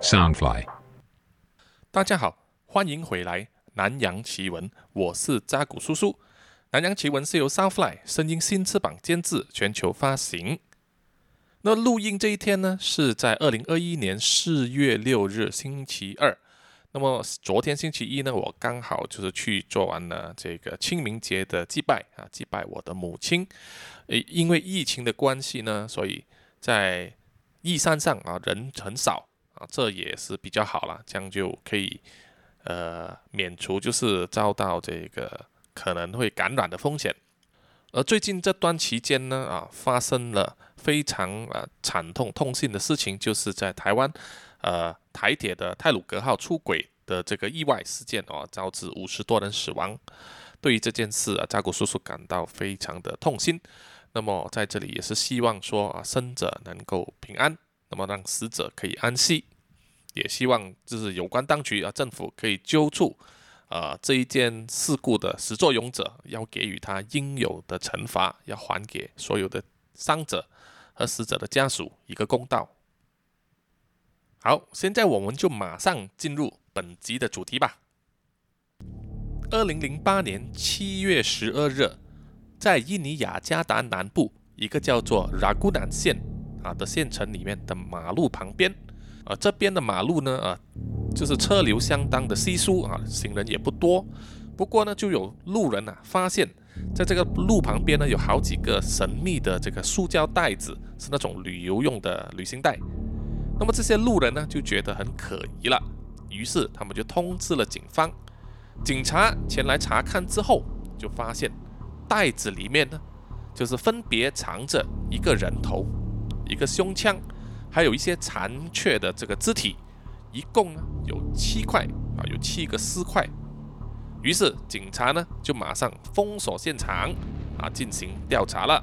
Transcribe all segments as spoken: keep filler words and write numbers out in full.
Soundfly。 大家好，欢迎回来南洋奇闻，我是扎古叔叔。南洋奇闻是由 Soundfly 声音新翅膀监制，全球发行。那录音这一天呢，是在二零二一年四月六日星期二。那么昨天星期一呢，我刚好就是去做完了这个清明节的祭拜啊，祭拜我的母亲。诶，因为疫情的关系呢，所以在义山上啊人很少啊，这也是比较好啦，这样就可以呃免除就是遭到这个可能会感染的风险。而最近这段期间呢，啊，发生了非常啊惨痛痛心的事情，就是在台湾，呃，台铁的太鲁阁号出轨的这个意外事件哦，导致五十多人死亡。对于这件事啊，扎古叔叔感到非常的痛心。那么在这里也是希望说啊，生者能够平安，那么让死者可以安息，也希望就是有关当局啊，政府可以揪出。呃，这一件事故的始作俑者，要给予他应有的惩罚，要还给所有的伤者和死者的家属一个公道。好，现在我们就马上进入本集的主题吧。二零零八年七月十二日，在印尼雅加达南部一个叫做 Ragunan 县啊的县城里面的马路旁边，呃，这边的马路呢，呃。就是车流相当的稀疏啊，行人也不多。不过呢，就有路人啊发现，在这个路旁边呢，有好几个神秘的这个塑胶袋子，是那种旅游用的旅行袋。那么这些路人呢，就觉得很可疑了，于是他们就通知了警方。警察前来查看之后，就发现袋子里面呢，就是分别藏着一个人头、一个胸腔，还有一些残缺的这个肢体。一共呢有七块啊，有七个尸块。于是警察呢就马上封锁现场啊，进行调查了。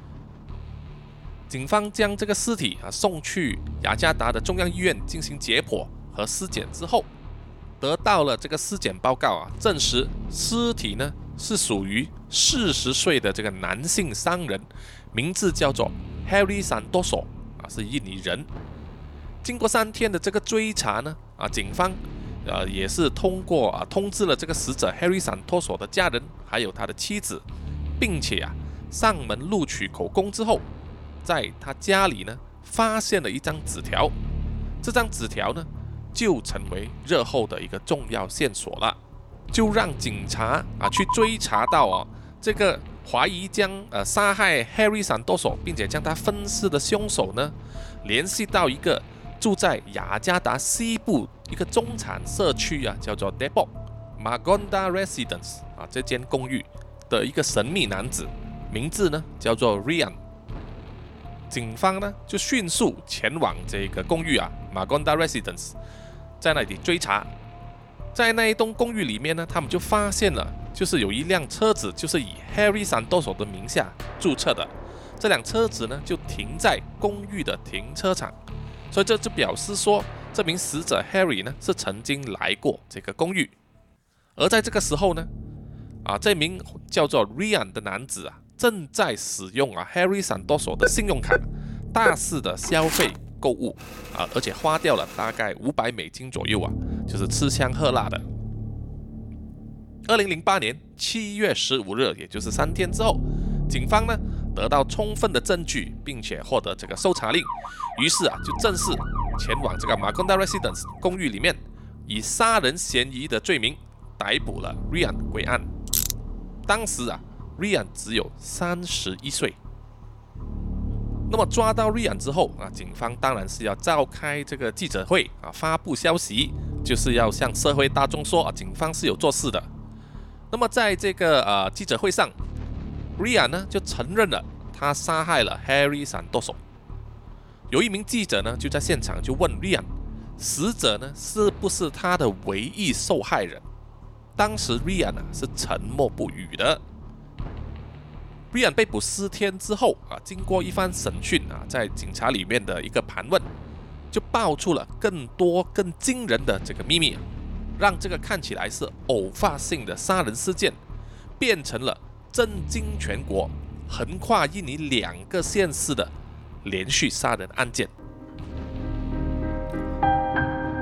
警方将这个尸体啊送去雅加达的中央医院进行解剖和尸检之后，得到了这个尸检报告啊，证实尸体呢是属于四十岁的这个男性商人，名字叫做 Harry Santoso 啊，是印尼人。经过三天的这个追查呢，啊，警方呃也是通过啊通知了这个死者 Harry Santoso 的家人，还有他的妻子，并且啊上门录取口供之后，在他家里呢发现了一张纸条，这张纸条呢就成为日后的一个重要线索了，就让警察啊去追查到哦这个怀疑将呃杀害 Harry Santoso 并且将他分尸的凶手呢，联系到一个。住在雅加达西部一个中产社区啊，叫做 Depok Margonda Residence 啊，这间公寓的一个神秘男子，名字呢叫做 Rian。警方呢就迅速前往这个公寓啊 Margonda Residence， 在那里追查。在那一栋公寓里面呢，他们就发现了，就是有一辆车子，就是以 Harry Santoso 的名下注册的。这辆车子呢就停在公寓的停车场。所以这就表示说，这名死者 Harry 呢是曾经来过这个公寓，而在这个时候呢，啊，这名叫做 Rian 的男子啊，正在使用啊 Harry Santoso 的信用卡，大肆的消费购物啊，而且花掉了大概五百美金左右啊，就是吃香喝辣的。二零零八年七月十五日，也就是三天之后，警方呢得到充分的证据，并且获得这个搜查令，于是啊就正式前往这个 Margonda Residence 公寓里面，以杀人嫌疑的罪名逮捕了 Rian 归案。当时啊 Rian 只有三十一岁。那么抓到 Rian 之后啊，警方当然是要召开这个记者会啊，发布消息，就是要向社会大众说啊，警方是有做事的。那么在这个呃记者会上，Rian 呢就承认了他杀害了 Harry Santoso。有一名记者呢就在现场就问 Rian， 死者呢是不是他的唯一受害人？当时 Rian 啊是沉默不语的。Rian 被捕四天之后啊，经过一番审讯啊，在警察里面的一个盘问，就爆出了更多更惊人的这个秘密啊，让这个看起来是偶发性的杀人事件，变成了震惊全国、横跨印尼两个县市的连续杀人案件。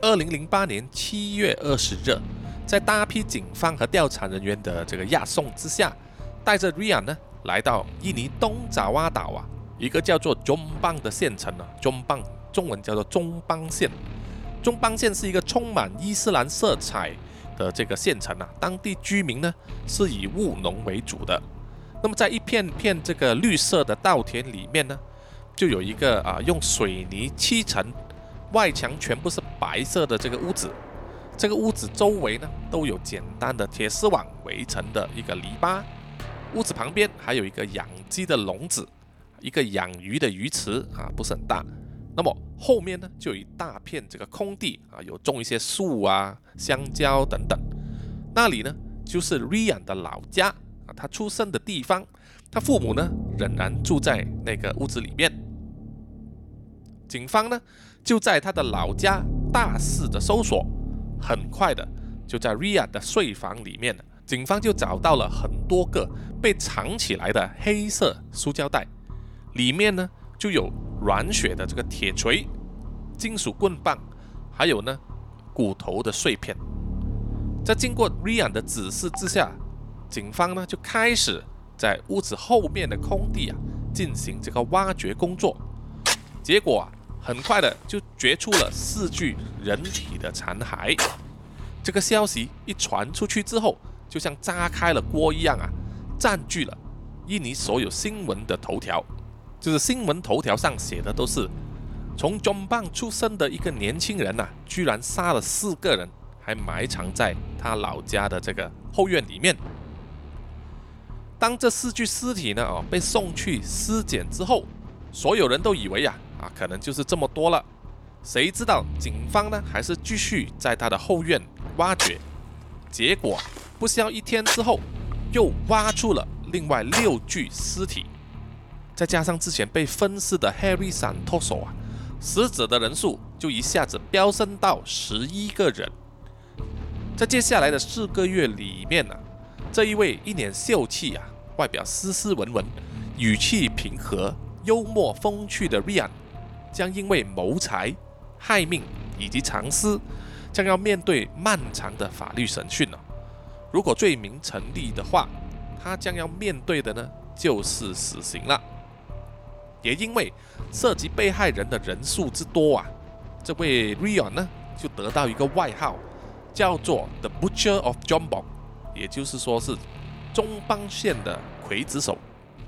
二零零八年七月二十日，在大批警方和调查人员的这个押送之下，带着 Rian 呢来到印尼东爪哇岛啊，一个叫做 Jombang 的县城啊 ，Jombang 中文叫做中邦县。中邦县是一个充满伊斯兰色彩的这个县城啊，当地居民呢是以务农为主的。那么在一片片这个绿色的稻田里面呢，就有一个啊用水泥砌成，外墙全部是白色的这个屋子。这个屋子周围呢都有简单的铁丝网围成的一个篱笆。屋子旁边还有一个养鸡的笼子，一个养鱼的鱼池啊，不是很大。那么后面呢就有一大片这个空地啊，有种一些树啊、香蕉等等。那里呢就是 Rian 的老家啊，他出生的地方。他父母呢仍然住在那个屋子里面。警方呢就在他的老家大肆的搜索，很快的就在 Rian 的睡房里面，警方就找到了很多个被藏起来的黑色塑胶袋，里面呢就有软血的这个铁锤、金属棍棒，还有呢骨头的碎片。在经过 Rian 的指示之下，警方呢就开始在屋子后面的空地啊进行这个挖掘工作。结果啊，很快的就掘出了四具人体的残骸。这个消息一传出去之后，就像炸开了锅一样啊，占据了印尼所有新闻的头条。就是新闻头条上写的都是从 Jombang 出生的一个年轻人啊，居然杀了四个人，还埋藏在他老家的这个后院里面。当这四具尸体呢、哦、被送去尸检之后，所有人都以为啊啊可能就是这么多了。谁知道警方呢还是继续在他的后院挖掘，结果不消一天之后，又挖出了另外六具尸体。再加上之前被分尸的 Harry Santoso 啊，死者的人数就一下子飙升到十一个人。在接下来的四个月里面呢、啊，这一位一脸秀气啊，外表斯斯文文、语气平和、幽默风趣的 Rian， 将因为谋财、害命以及藏私，将要面对漫长的法律审讯了、啊。如果罪名成立的话，他将要面对的呢就是死刑了。也因为涉及被害人的人数之多啊，这位 Rian 呢就得到一个外号，叫做 The Butcher of Jombang， 也就是说是中邦县的刽子手。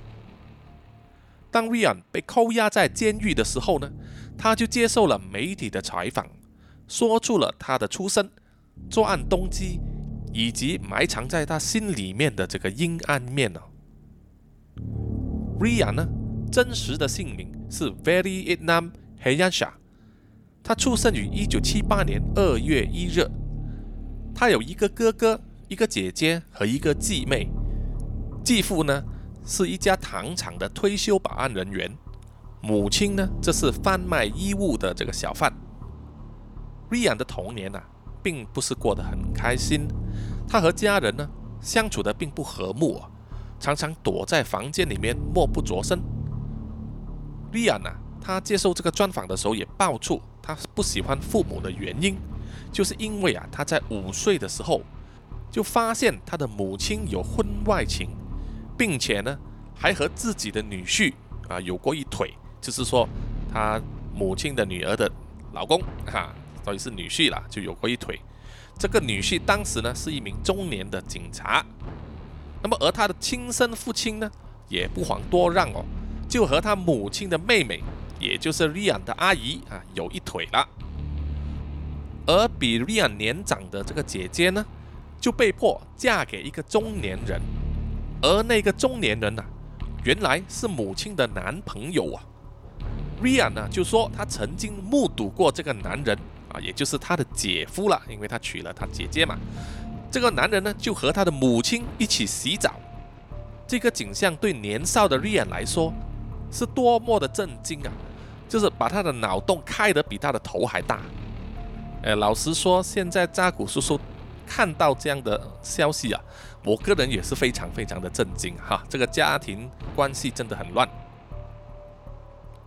当 Rian 被扣押在监狱的时候呢，他就接受了媒体的采访，说出了他的出身、作案动机以及埋藏在他心里面的这个阴暗面、哦、Rian 呢真实的姓名是 Very Itnam Heyansha， 他出生于一九七八年二月一日。他有一个哥哥、一个姐姐和一个继妹。继父呢是一家糖厂的退休保安人员，母亲呢这是贩卖衣物的这个小贩。Rian 的童年啊，并不是过得很开心，他和家人呢相处的并不和睦啊，常常躲在房间里面默不作声。Rian 啊，他接受这个专访的时候也爆出他不喜欢父母的原因，就是因为啊他在五岁的时候就发现他的母亲有婚外情，并且呢还和自己的女婿啊有过一腿，就是说他母亲的女儿的老公啊，所以是女婿啦，就有过一腿。这个女婿当时呢是一名中年的警察，那么而他的亲生父亲呢也不遑多让哦，就和他母亲的妹妹，也就是 Rian 的阿姨啊有一腿了。而比 Rian 年长的这个姐姐呢，就被迫嫁给一个中年人，而那个中年人啊，原来是母亲的男朋友啊。Rian 呢就说他曾经目睹过这个男人啊，也就是他的姐夫了，因为他娶了他姐姐嘛。这个男人呢就和他的母亲一起洗澡，这个景象对年少的 Rian 来说是多么的震惊啊！就是把他的脑洞开得比他的头还大。呃，老实说，现在扎古叔叔看到这样的消息啊，我个人也是非常非常的震惊哈！这个家庭关系真的很乱。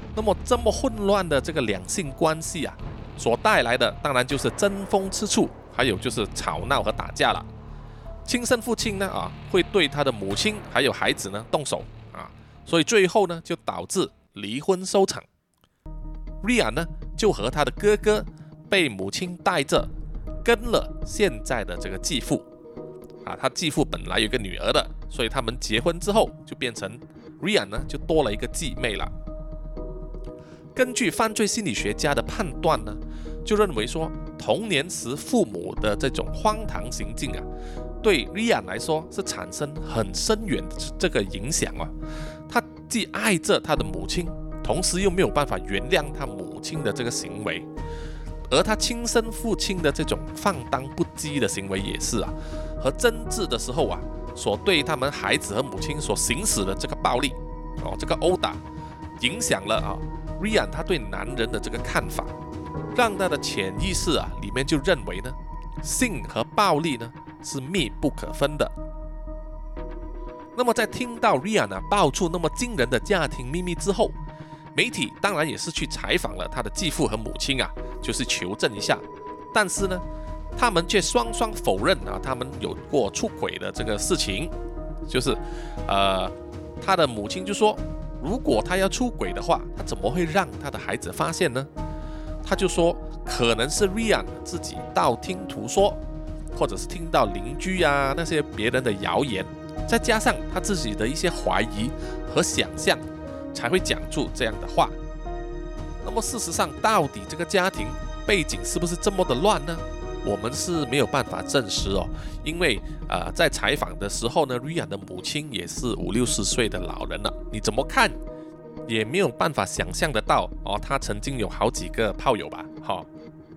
那么这么混乱的这个两性关系啊，所带来的当然就是争风吃醋，还有就是吵闹和打架了。亲生父亲呢啊，会对他的母亲还有孩子呢动手啊，所以最后呢就导致离婚收场。Rhea 呢就和他的哥哥被母亲带着跟了现在的这个继父啊，他继父本来有一个女儿的，所以他们结婚之后就变成 Rhea 呢就多了一个继妹了。根据犯罪心理学家的判断呢，就认为说童年时父母的这种荒唐行径啊，对 Rhea 来说是产生很深远的这个影响啊。他既爱着他的母亲，同时又没有办法原谅他母亲的这个行为，而他亲生父亲的这种放荡不羁的行为也是啊，和争执的时候啊，所对他们孩子和母亲所行使的这个暴力哦，这个殴打，影响了啊 Rhea 他对男人的这个看法，让他的潜意识啊里面就认为呢，性和暴力呢是密不可分的。那么在听到 Rhea 呢爆出那么惊人的家庭秘密之后，媒体当然也是去采访了他的继父和母亲啊，就是求证一下。但是呢，他们却双双否认啊，他们有过出轨的这个事情。就是，呃，他的母亲就说，如果他要出轨的话，他怎么会让他的孩子发现呢？他就说，可能是 Rhea 自己道听途说，或者是听到邻居啊那些别人的谣言，再加上他自己的一些怀疑和想象，才会讲出这样的话。那么事实上，到底这个家庭背景是不是这么的乱呢？我们是没有办法证实哦，因为呃，在采访的时候呢 ，Rhea 的母亲也是五六十岁的老人了，你怎么看也没有办法想象得到哦，她曾经有好几个炮友吧，哈、哦。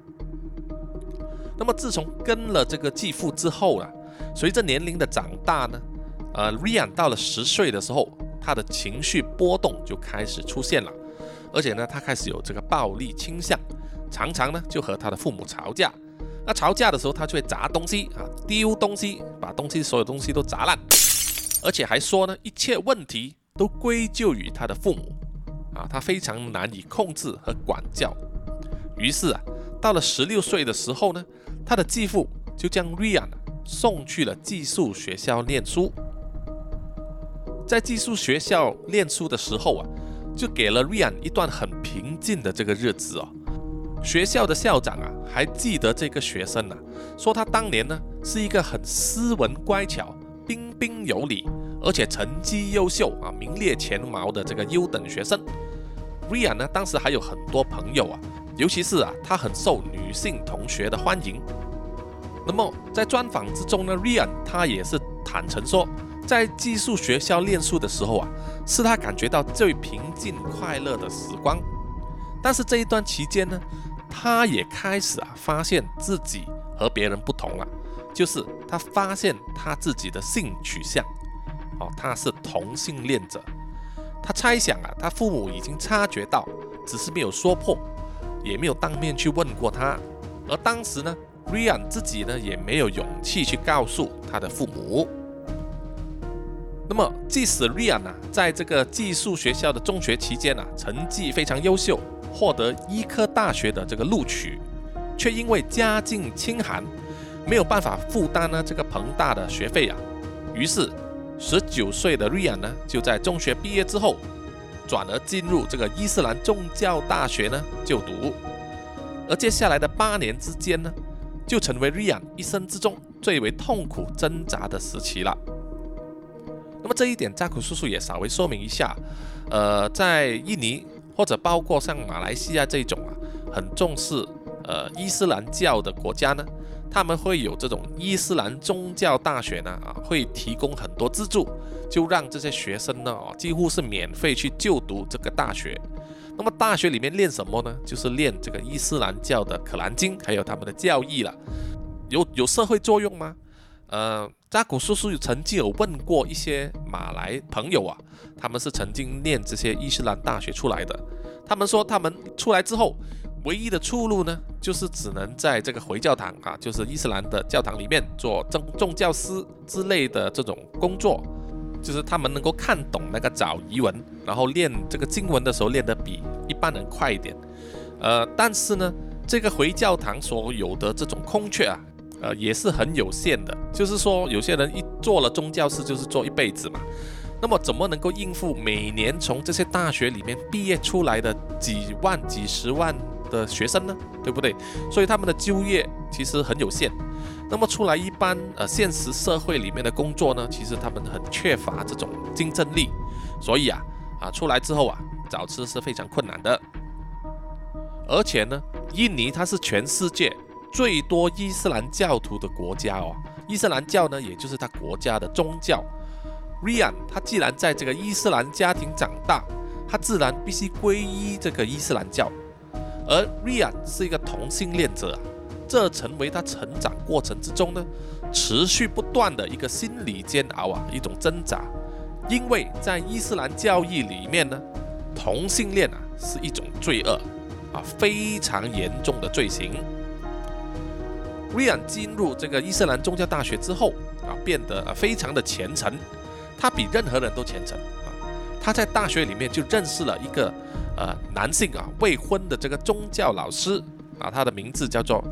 那么自从跟了这个继父之后啊，随着年龄的长大呢，呃 ，Rhea 到了十岁的时候，她的情绪波动就开始出现了，而且呢，她开始有这个暴力倾向，常常呢就和她的父母吵架。那吵架的时候，他就会砸东西啊，丢东西，把东西所有东西都砸烂，而且还说呢，一切问题都归咎于他的父母啊，他非常难以控制和管教。于是啊，到了十六岁的时候呢，他的继父就将 Rhea 送去了寄宿学校念书。在寄宿学校念书的时候啊，就给了 Rhea 一段很平静的这个日子哦。学校的校长啊，还记得这个学生啊，说他当年呢是一个很斯文乖巧、彬彬有礼，而且成绩优秀啊，名列前茅的这个优等学生。Rhea 呢，当时还有很多朋友啊，尤其是啊，他很受女性同学的欢迎。那么在专访之中呢 ，Rhea 他也是坦诚说，在寄宿学校念书的时候啊，是他感觉到最平静快乐的时光。但是这一段期间呢，他也开始啊发现自己和别人不同了，就是他发现他自己的性取向，哦，他是同性恋者。他猜想啊，他父母已经察觉到，只是没有说破，也没有当面去问过他。而当时呢 ，Rhea 自己呢也没有勇气去告诉他的父母。那么，即使 Rhea 呢在这个寄宿学校的中学期间啊，成绩非常优秀，获得医科大学的这个录取，却因为家境清寒，没有办法负担呢这个庞大的学费啊。于是，十九岁的 Rhea 呢，就在中学毕业之后，转而进入这个伊斯兰宗教大学呢就读。而接下来的八年之间呢，就成为 Rhea 一生之中最为痛苦挣扎的时期了。那么这一点，扎古叔叔也稍微说明一下。呃，在印尼或者包括像马来西亚这种啊，很重视呃伊斯兰教的国家呢，他们会有这种伊斯兰宗教大学呢啊，会提供很多资助，就让这些学生呢啊几乎是免费去就读这个大学。那么大学里面练什么呢？就是练这个伊斯兰教的可兰经，还有他们的教义了。有有社会作用吗？呃，扎古叔叔曾经有问过一些马来朋友啊，他们是曾经念这些伊斯兰大学出来的。他们说，他们出来之后，唯一的出路呢，就是只能在这个回教堂啊，就是伊斯兰的教堂里面做宗宗教师之类的这种工作。 就是他们能够看懂那个找遗文，然后练这个经文的时候练得比一般人快一点。呃，但是呢，这个回教堂所有的这种空缺啊，呃，也是很有限的。就是说，有些人一做了宗教师就是做一辈子嘛，那么怎么能够应付每年从这些大学里面毕业出来的几万、几十万的学生呢？对不对？所以他们的就业其实很有限。那么出来一般呃现实社会里面的工作呢，其实他们很缺乏这种竞争力，所以啊啊出来之后啊找吃是非常困难的。而且呢，印尼它是全世界最多伊斯兰教徒的国家哦。伊斯兰教呢，也就是他国家的宗教。Rian 他既然在这个伊斯兰家庭长大，他自然必须皈依这个伊斯兰教。而 Rian 是一个同性恋者啊。这成为他成长过程之中呢，持续不断的一个心理煎熬啊，一种挣扎。因为在伊斯兰教义里面呢，同性恋啊是一种罪恶啊，非常严重的罪行。Rian 进入这个伊斯兰宗教大学之后啊，变得非常的虔诚，他比任何人都虔诚啊。他在大学里面就认识了一个呃男性啊未婚的这个宗教老师啊，他的名字叫做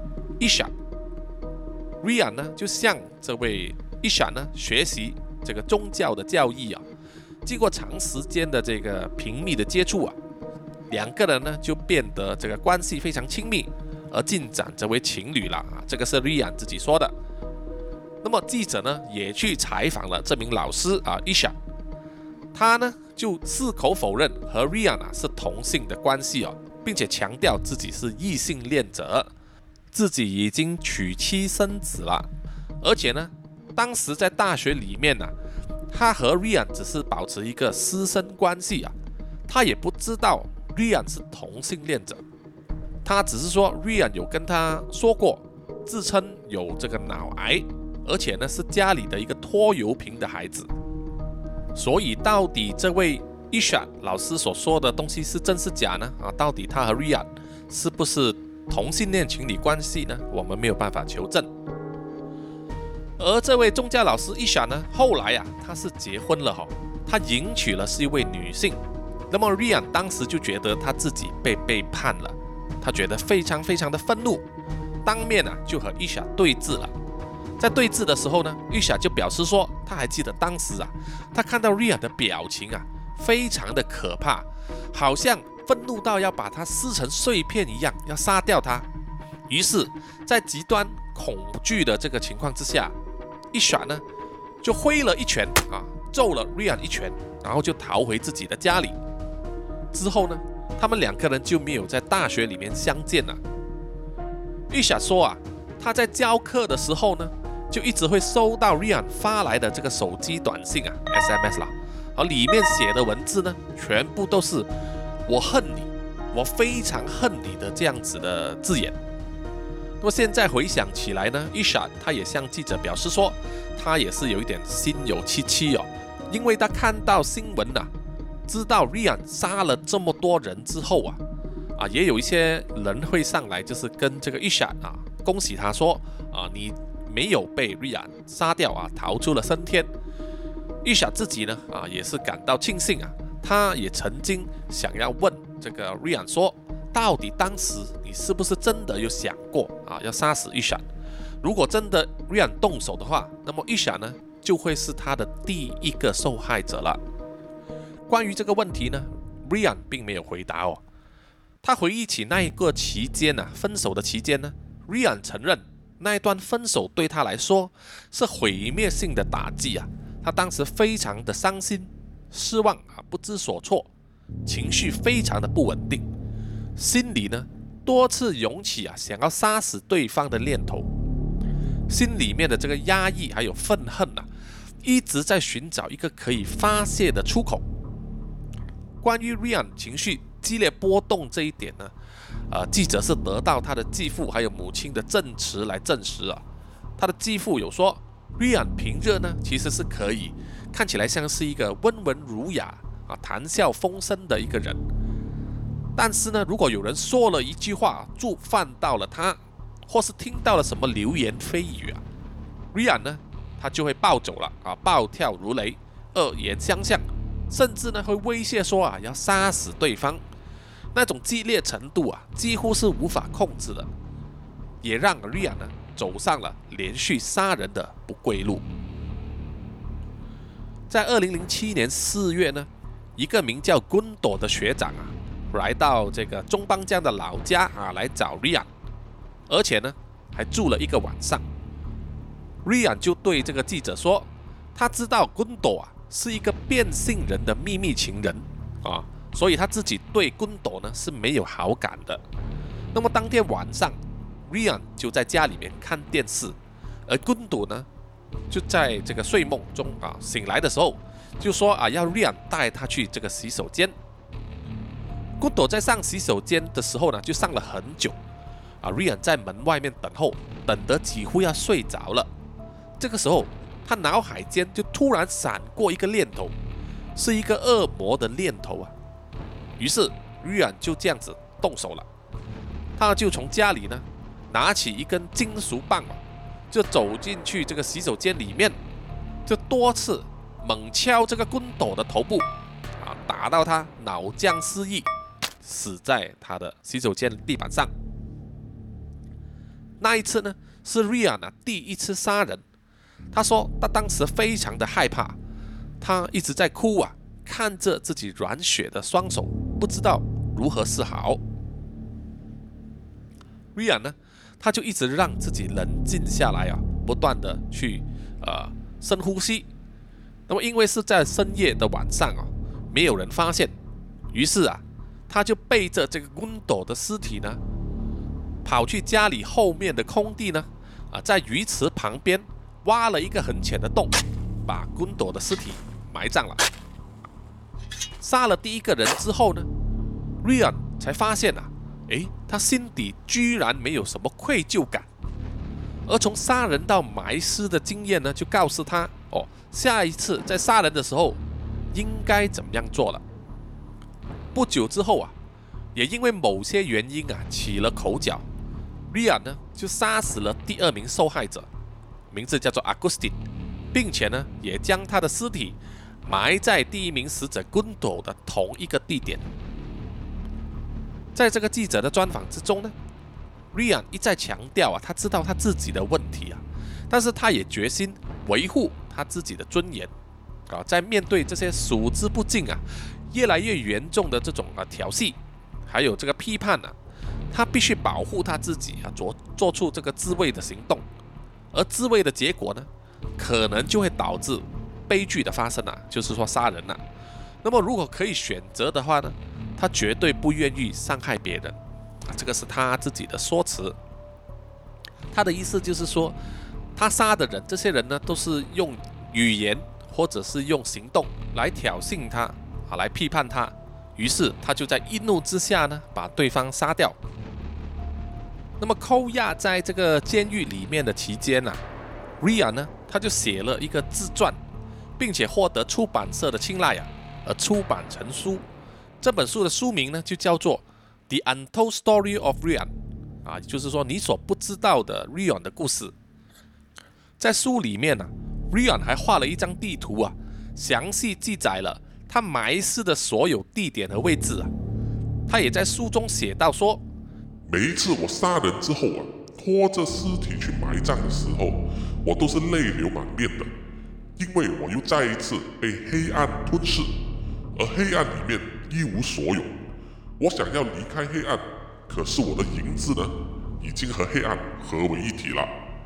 Isha。Rian 呢就向这位 Isha 呢学习这个宗教的教义啊。经过长时间的这个频密的接触啊，两个人呢就变得这个关系非常亲密，而进展成为情侣了啊。这个是 Rian 自己说的。那么记者呢也去采访了这名老师啊 Isha， 他呢就矢口否认和 Rian 啊是同性的关系哦，并且强调自己是异性恋者。自己已经娶妻生子了，而且呢，当时在大学里面呢、啊，他和 Rian 只是保持一个师生关系啊，他也不知道 Rian 是同性恋者，他只是说 Rian 有跟他说过，自称有这个脑癌，而且呢是家里的一个拖油瓶的孩子，所以到底这位 Isha 老师所说的东西是真是假呢？啊，到底他和 Rian 是不是同性恋情侣关系呢？我们没有办法求证。而这位宗教老师 Isha 呢，后来啊，他是结婚了哈、哦，他迎娶了是一位女性。那么 Rian 当时就觉得他自己被背叛了，他觉得非常非常的愤怒，当面啊就和 Isha 对峙了。在对峙的时候呢 ，Isha 就表示说，他还记得当时啊，他看到 Rian 的表情啊，非常的可怕，好像愤怒到要把他撕成碎片一样，要杀掉他。于是，在极端恐惧的这个情况之下，Isha呢就挥了一拳啊，揍了 Rian 一拳，然后就逃回自己的家里。之后呢，他们两个人就没有在大学里面相见了。Isha 说啊，他在教课的时候呢，就一直会收到 Rian 发来的这个手机短信啊 ，S M S 啦，而里面写的文字呢，全部都是我恨你，我非常恨你的这样子的字眼。那么现在回想起来呢 ，Isha 他也向记者表示说，他也是有一点心有戚戚哦，因为他看到新闻啊，知道 Rian 杀了这么多人之后啊，啊也有一些人会上来，就是跟这个 Isha 啊恭喜他说啊你没有被 Rian 杀掉啊，逃出了升天。Isha 自己呢啊也是感到庆幸啊，他也曾经想要问这个 Rian 说，到底当时你是不是真的有想过啊要杀死 Isha？ 如果真的 Rian 动手的话，那么 Isha 呢就会是他的第一个受害者了。关于这个问题呢 ，Rian 并没有回答哦。他回忆起那一个期间啊，分手的期间呢 ，Rian 承认那一段分手对他来说是毁灭性的打击啊，他当时非常的伤心、失望啊，不知所措，情绪非常的不稳定，心里呢多次涌起啊想要杀死对方的念头，心里面的这个压抑还有愤恨啊，一直在寻找一个可以发泄的出口。关于 Rian 情绪激烈波动这一点呢，呃，记者是得到他的继父还有母亲的证词来证实啊。他的继父有说 ，Rian 平日呢其实是可以看起来像是一个温文儒雅啊、谈笑风生的一个人，但是呢，如果有人说了一句话触犯到了他，或是听到了什么流言蜚语啊 ，Rian 呢他就会暴走了啊，暴跳如雷恶言相向，甚至呢会威胁说啊要杀死对方，那种激烈程度啊几乎是无法控制的，也让 Ryan 呢走上了连续杀人的不归路。在二零零七年四月呢，一个名叫 Gundo 的学长啊，来到这个中邦江的老家啊来找 Ryan， 而且呢还住了一个晚上。Ryan 就对这个记者说，他知道 Gundo 啊是一个变性人的秘密情人啊，所以他自己对 Gundo 呢是没有好感的。那么当天晚上 Ryan 就在家里面看电视，而 Gundo 呢就在这个睡梦中啊醒来的时候，就说啊要 Ryan 带他去这个洗手间。Gundo 在上洗手间的时候呢，就上了很久啊 ，Ryan 在门外面等候，等得几乎要睡着了。这个时候，他脑海间就突然闪过一个念头，是一个恶魔的念头啊。于是 Ryan 就这样子动手了，他就从家里呢拿起一根金属棒啊，就走进去这个洗手间里面，就多次猛敲这个Gundo的头部啊，打到他脑浆失忆，死在他的洗手间地板上。那一次呢，是 Ryan 啊第一次杀人。他说他当时非常的害怕，他一直在哭啊，看着自己软血的双手，不知道如何是好。Ryan 呢，他就一直让自己冷静下来啊，不断的去呃深呼吸。那么因为是在深夜的晚上啊，没有人发现，于是啊，他就背着这个 Gundo 的尸体呢，跑去家里后面的空地呢，啊，在鱼池旁边挖了一个很浅的洞，把 Gundo 的尸体埋葬了。杀了第一个人之后呢 ，Ryan 才发现啊，诶，他心底居然没有什么愧疚感，而从杀人到埋尸的经验呢，就告诉他哦，下一次在杀人的时候应该怎么样做了。不久之后啊，也因为某些原因啊起了口角 ，Ryan 呢就杀死了第二名受害者，名字叫做 Agustin， 并且呢也将他的尸体埋在第一名死者 Gundo 的同一个地点。在这个记者的专访之中呢 ，Ryan 一再强调啊，他知道他自己的问题啊，但是他也决心维护他自己的尊严啊，在面对这些数之不尽啊、越来越严重的这种啊挑衅，还有这个批判啊，他必须保护他自己啊，做做出这个自卫的行动，而自卫的结果呢，可能就会导致悲剧的发生啊，就是说杀人啊。那么如果可以选择的话呢，他绝对不愿意伤害别人啊，这个是他自己的说辞。他的意思就是说，他杀的人，这些人呢，都是用语言或者是用行动来挑衅他啊，来批判他。于是他就在一怒之下呢，把对方杀掉。那么扣押在这个监狱里面的期间啊 ，Ryan 呢，他就写了一个自传，并且获得出版社的青睐啊，而出版成书。这本书的书名呢，就叫做《The Untold Story of Ryan》啊，也就是说你所不知道的 Ryan 的故事。在书里面呢、啊、，Ryan 还画了一张地图啊，详细记载了他埋尸的所有地点和位置啊。他也在书中写到说， 每一次我杀人之后啊，拖着尸体去埋葬的时候，我都是泪流满面的，因为我又再一次被黑暗吞噬，而黑暗里面一无所有。我想要离开黑暗，可是我的影子呢，已经和黑暗合为一体了。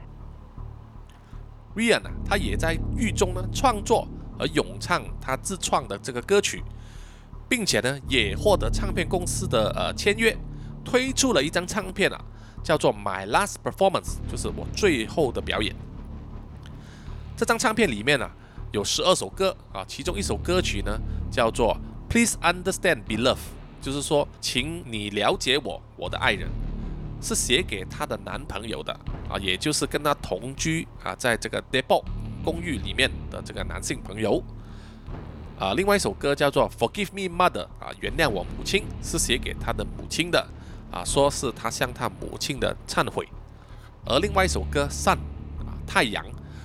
Ryan 啊，他也在狱中呢创作和咏唱他自创的这个歌曲，并且呢也获得唱片公司的呃签约，推出了一张唱片啊，叫做《My Last Performance》，就是我最后的表演。这张唱片里面啊有十二首歌啊，其中一首歌曲呢叫做《Please Understand Beloved》，就是说，请你了解我，我的爱人，是写给她的男朋友的啊，也就是跟她同居啊，在这个 Depot 公寓里面的这个男性朋友啊。另外一首歌叫做《Forgive Me Mother》啊，原谅我母亲，是写给他的母亲的啊，说是他向他母亲的忏悔。而另外一首歌《Sun》啊，太阳，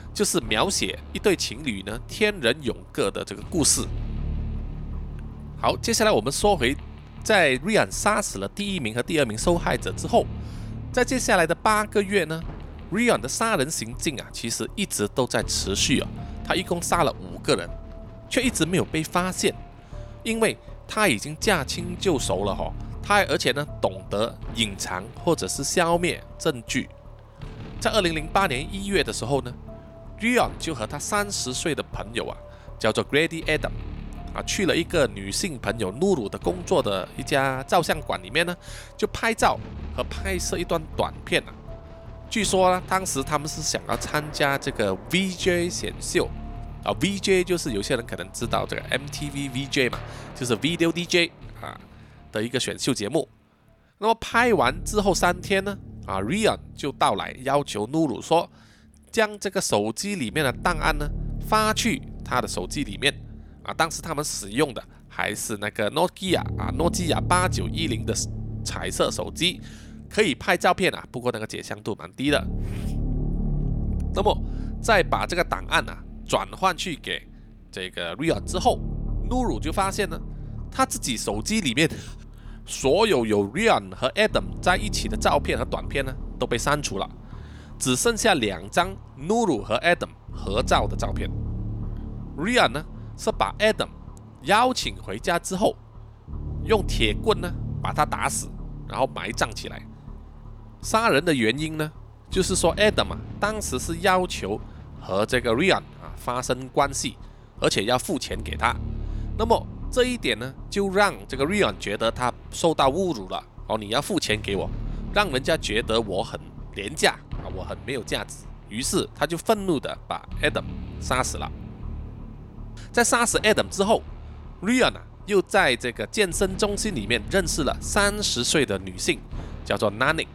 就是描写一对情侣呢天人永隔的这个故事。好，接下来我们说回，在 Ryan 杀死了第一名和第二名受害者之后，在接下来的八个月呢 ，Ryan 的杀人行径啊，其实一直都在持续啊。他一共杀了五个人，却一直没有被发现，因为他已经驾轻就熟了哈、哦。他而且呢，懂得隐藏或者是消灭证据。在二零零八年一月的时候呢 ，Ryan 就和他三十岁的朋友啊，叫做 Grady Adam。啊，去了一个女性朋友露露的工作的一家照相馆里面呢，就拍照和拍摄一段短片啊。据说呢，当时他们是想要参加这个 V J 选秀啊 ，V J 就是有些人可能知道这个 M T V V J 嘛，就是 Video D J 啊的一个选秀节目。那么拍完之后三天呢，啊 ，Ryan 就到来要求露露说，将这个手机里面的档案呢发去他的手机里面。啊，当时他们使用的还是那个 Nokia 啊，诺基亚八九一零的彩色手机，可以拍照片啊，不过那个解像度蛮低的。那么再把这个档案啊转换去给这个 Ryan 之后，露露就发现呢，他自己手机里面所有有 Ryan 和 Adam 在一起的照片和短片呢都被删除了，只剩下两张露露和 Adam 合照的照片。Ryan 呢？是把 Adam 邀请回家之后，用铁棍呢把他打死，然后埋葬起来。杀人的原因呢，就是说 Adam 啊，当时是要求和这个 Ryan 啊发生关系，而且要付钱给他。那么这一点呢，就让这个 Ryan 觉得他受到侮辱了哦，你要付钱给我，让人家觉得我很廉价啊，我很没有价值。于是他就愤怒的把 Adam 杀死了。在杀死 Adam 之后 ，Ryan 啊又在这个健身中心里面认识了三十岁的女性，叫做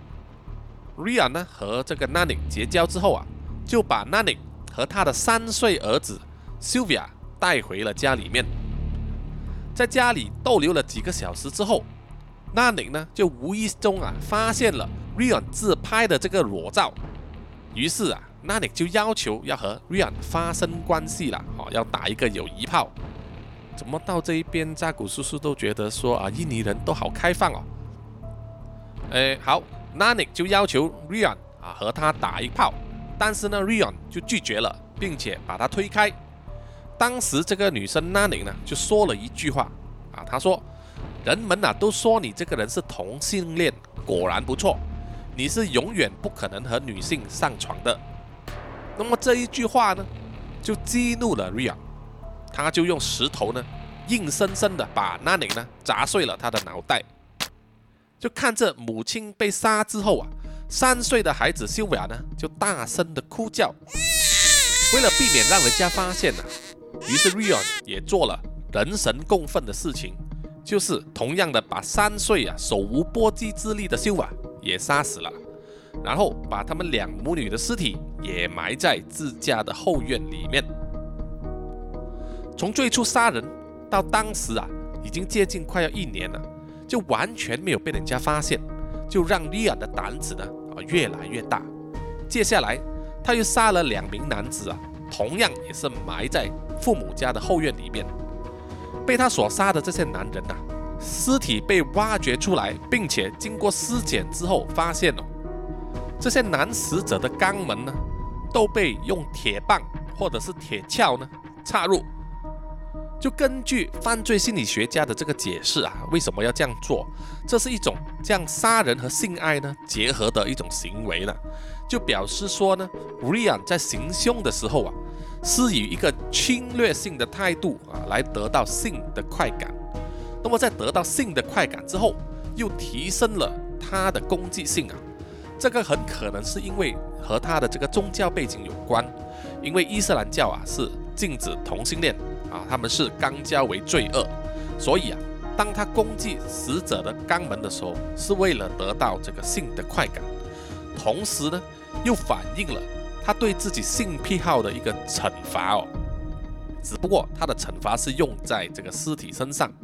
Nanik。Ryan 呢和这个 Nanik 结交之后啊，就把 Nanik 和他的三岁儿子 Sylvia 带回了家里面。在家里逗留了几个小时之后 ，Nanik 呢就无意中啊发现了 Ryan 自拍的这个裸照，于是啊。Nanik 就要求要和 Ryan 发生关系了，哦，要打一个友谊炮。怎么到这一边，扎古叔叔都觉得说啊，印尼人都好开放哦。诶，好 ，Nanik 就要求 Ryan 啊和他打一炮，但是呢 ，Ryan 就拒绝了，并且把他推开。当时这个女生 Nanik 呢就说了一句话啊，她说：“人们啊都说你这个人是同性恋，果然不错，你是永远不可能和女性上床的。”那么这一句话呢，就激怒了 Ryan， 他就用石头呢，硬生生的把 Nanik 呢砸碎了他的脑袋。就看着母亲被杀之后啊，三岁的孩子 Sylvia 呢就大声的哭叫。为了避免让人家发现啊，于是 Ryan 也做了人神共愤的事情，就是同样的把三岁啊手无缚鸡之力的 Sylvia 也杀死了。然后把他们两母女的尸体也埋在自家的后院里面。从最初杀人到当时啊，已经接近快要一年了，就完全没有被人家发现，就让 Ryan 的胆子呢啊越来越大。接下来他又杀了两名男子啊，同样也是埋在父母家的后院里面。被他所杀的这些男人啊，尸体被挖掘出来，并且经过尸检之后发现哦。这些男死者的肛门呢，都被用铁棒或者是铁锹呢插入。就根据犯罪心理学家的这个解释啊，为什么要这样做？这是一种将杀人和性爱呢结合的一种行为呢，就表示说呢 ，Ryan 在行凶的时候啊，是以一个侵略性的态度啊来得到性的快感。那么在得到性的快感之后，又提升了他的攻击性啊。这个很可能是因为和他的这个宗教背景有关，因为伊斯兰教啊是禁止同性恋啊，他们是肛交为罪恶，所以啊，当他攻击死者的肛门的时候，是为了得到这个性的快感，同时呢，又反映了他对自己性癖好的一个惩罚哦。只不过他的惩罚是用在这个尸体身上。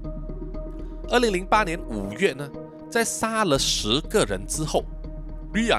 二零零八年五月呢，在杀了十个人之后，Ryan 啊，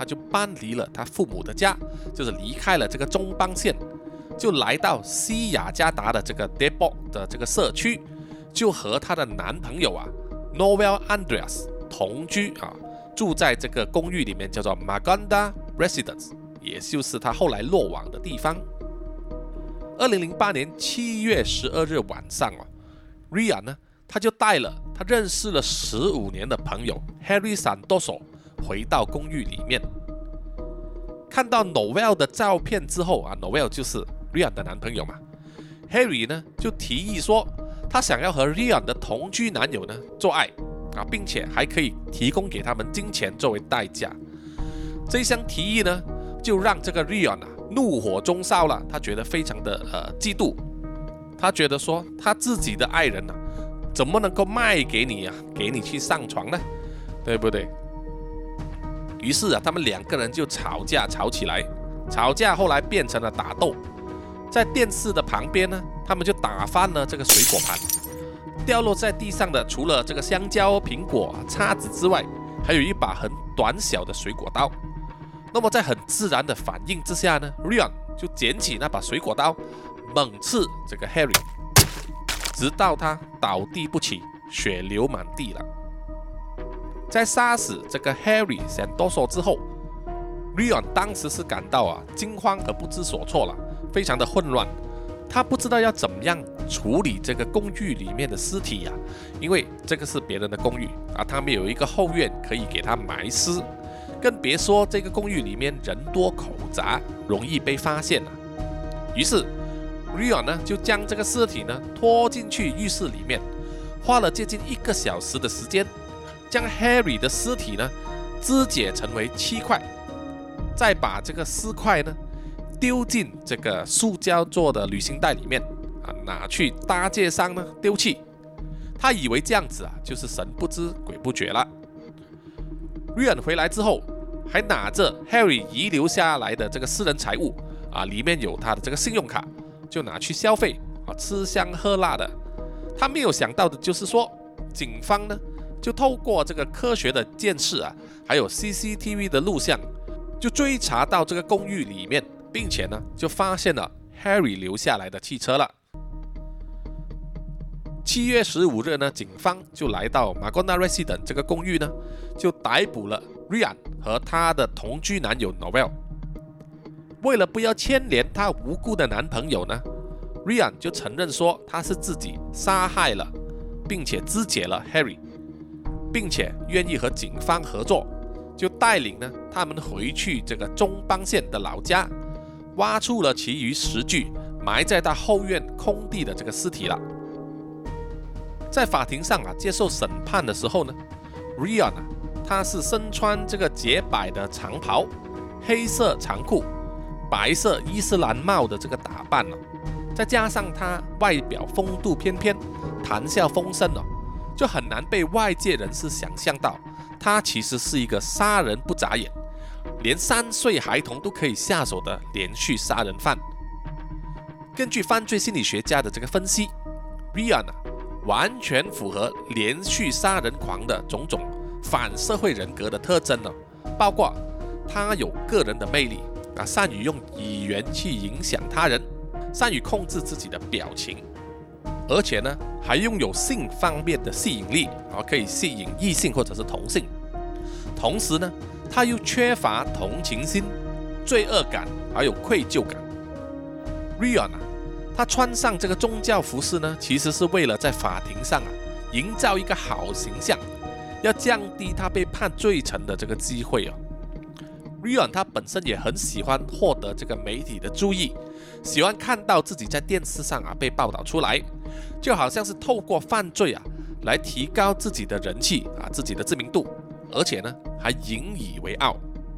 他就搬离了他父母的家，就是离开了这个中邦县，就来到西雅加达的这个 Depot 的这个社区，就和她的男朋友啊 Noel Andreas 同居啊，住在这个公寓里面，叫做 Maganda Residence， 也就是她后来落网的地方。二零零八年七月十二日晚上哦 ，Rhea 呢，他就带了他认识了十五年的朋友 Harry Santoso 回到公寓里面，看到 Noel 的照片之后啊 ，Noel 就是 Rhea 的男朋友嘛 ，Harry 呢就提议说，他想要和 Rhea 的同居男友呢做爱啊，并且还可以提供给他们金钱作为代价。这项提议呢，就让这个 Rhea 啊怒火中烧了，他觉得非常的呃嫉妒，他觉得说他自己的爱人啊，怎么能够卖给你啊，给你去上床呢？对不对？于是啊，他们两个人就吵架吵起来，吵架后来变成了打斗。在电视的旁边呢，他们就打翻了这个水果盘，掉落在地上的除了这个香蕉、苹果、叉子之外，还有一把很短小的水果刀。那么在很自然的反应之下呢 ，Rhea 就捡起那把水果刀，猛刺这个 Harry， 直到他倒地不起，血流满地了。在杀死这个 Harry Santoso 之后 ，Rhea 当时是感到啊惊慌和不知所措了，非常的混乱。他不知道要怎么样处理这个公寓里面的尸体啊，因为这个是别人的公寓啊，他们有一个后院可以给他埋尸。更别说这个公寓里面人多口杂，容易被发现了。于是 Rhea 呢就将这个尸体呢拖进去浴室里面，花了接近一个小时的时间，将 Harry 的尸体呢肢解成为七块，再把这个尸块呢丢进这个塑胶做的旅行袋里面啊，拿去搭界上呢丢弃。他以为这样子啊就是神不知鬼不觉了。Rhea 回来之后，还拿着 Harry 遗留下来的这个私人财物啊，里面有他的这个信用卡，就拿去消费啊，吃香喝辣的。他没有想到的就是说，警方呢就透过这个科学的监视啊，还有 C C T V 的录像，就追查到这个公寓里面，并且呢就发现了 Harry 留下来的汽车了。七月十五日呢，警方就来到 Maganda Residence 这个公寓呢，就逮捕了 Rhea 和她的同居男友 Noel。为了不要牵连她无辜的男朋友呢 ，Rhea 就承认说她是自己杀害了，并且肢解了 Harry， 并且愿意和警方合作，就带领呢他们回去这个中邦县的老家，挖出了其余十具埋在他后院空地的这个尸体了。在法庭上啊接受审判的时候呢 ，Rhea 呢，她是身穿这个洁白的长袍、黑色长裤、白色伊斯兰帽的这个打扮哦，再加上她外表风度翩翩、谈笑风生哦，就很难被外界人士想象到她其实是一个杀人不眨眼、连三岁孩童都可以下手的连续杀人犯。根据犯罪心理学家的这个分析 ，Rhea 呢，完全符合连续杀人狂的种种反社会人格的特征呢，包括他有个人的魅力啊，善于用语言去影响他人，善于控制自己的表情，而且呢还拥有性方面的吸引力啊，可以吸引异性或者是同性。同时呢，他又缺乏同情心、罪恶感还有愧疚感。Rhea 呢，他穿上这个宗教服饰呢，其实是为了在法庭上啊，营造一个好形象，要降低他被判罪成的这个机会哦。Rhea 他本身也很喜欢获得这个媒体的注意，喜欢看到自己在电视上啊被报道出来，就好像是透过犯罪啊来提高自己的人气啊，自己的知名度，而且呢还引以为傲。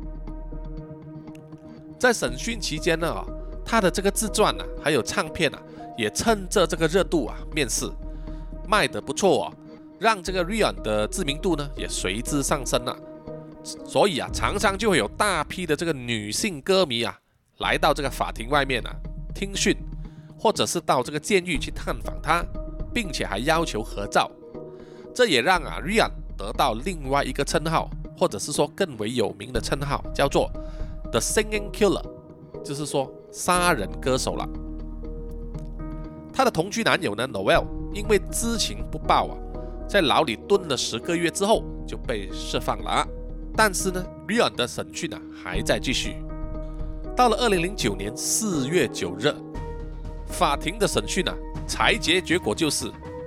在审讯期间呢、哦他的这个自传啊，还有唱片啊，也趁着这个热度啊面世，卖得不错哦，让这个 Rhea 的知名度呢也随之上升了。所以啊，常常就会有大批的这个女性歌迷啊，来到这个法庭外面啊听讯，或者是到这个监狱去探访他，并且还要求合照。这也让啊 Rhea 得到另外一个称号或者是说更为有名的称号叫做 The Singing Killer， 就是说杀人歌手了。他的同居男友呢 Noel 因为知情不报啊，在牢里蹲了十个月之后就被释放了。但是呢 Ryan 的审讯啊还在继续。到了二零零九年四月九日，法庭的审讯啊裁决结果就是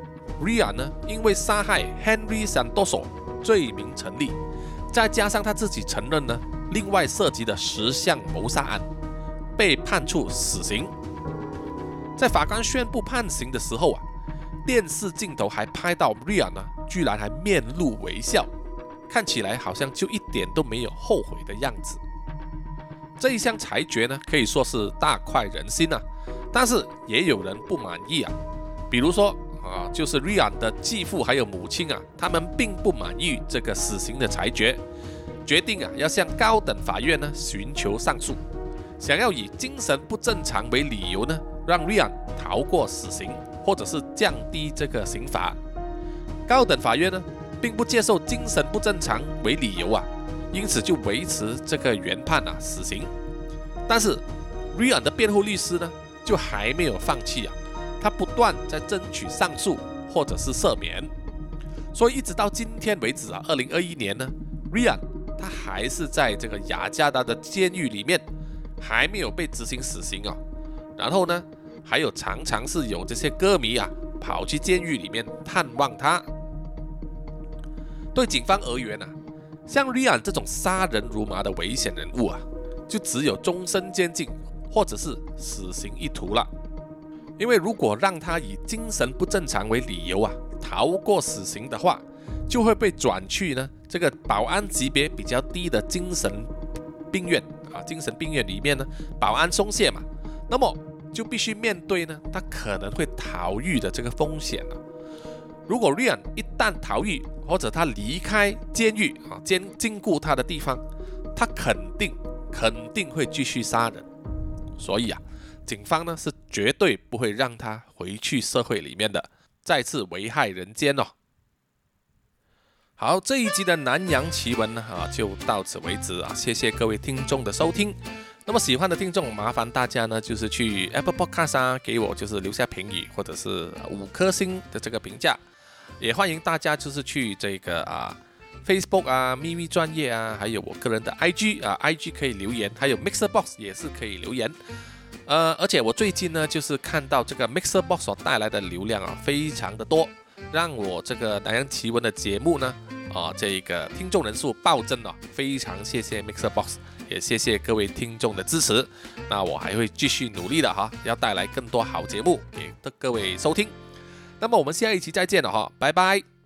Ryan 呢因为杀害 Henry Santoso 罪名成立，再加上他自己承认呢另外涉及的十项谋杀案，被判处死刑。在法官宣布判刑的时候啊，电视镜头还拍到 Ryan 呢居然还面露微笑，看起来好像就一点都没有后悔的样子。这一项裁决呢可以说是大快人心啊，但是也有人不满意啊，比如说啊，就是 Ryan 的继父还有母亲啊，他们并不满意这个死刑的裁决，决定啊要向高等法院呢寻求上诉，想要以精神不正常为理由呢，让 Ryan 逃过死刑，或者是降低这个刑罚。高等法院呢并不接受精神不正常为理由啊，因此就维持这个原判啊死刑。但是 Ryan 的辩护律师呢就还没有放弃啊，他不断在争取上诉或者是赦免，所以一直到今天为止啊，二零二一年呢 ，Ryan 他还是在这个雅加达的监狱里面，还没有被执行死刑啊。然后呢，还有常常是有这些歌迷啊跑去监狱里面探望他。对警方而言啊，像 Ryan 这种杀人如麻的危险人物啊，就只有终身监禁或者是死刑一途了。因为如果让他以精神不正常为理由啊逃过死刑的话，就会被转去呢这个保安级别比较低的精神病院啊，精神病院里面呢保安松懈嘛，那么就必须面对呢他可能会逃狱的这个风险了。如果 Ryan 一旦逃狱或者他离开监狱啊监禁锢他的地方，他肯定肯定会继续杀人，所以啊警方呢是绝对不会让他回去社会里面的，再次危害人间哦。好，这一集的南洋奇闻呢啊就到此为止啊，谢谢各位听众的收听。那么喜欢的听众，麻烦大家呢就是去 Apple Podcast 啊给我就是留下评语或者是五颗星的这个评价，也欢迎大家就是去这个啊 Facebook 啊、咪咪专业啊，还有我个人的 I G 啊 ，I G 可以留言，还有 Mixer Box 也是可以留言。呃，而且我最近呢，就是看到这个 Mixer Box 所带来的流量啊，非常的多，让我这个南洋奇闻的节目呢，啊，这个听众人数暴增了，非常谢谢 Mixer Box， 也谢谢各位听众的支持。那我还会继续努力的哈，要带来更多好节目给各位收听。那么我们下一期再见了哈，拜拜。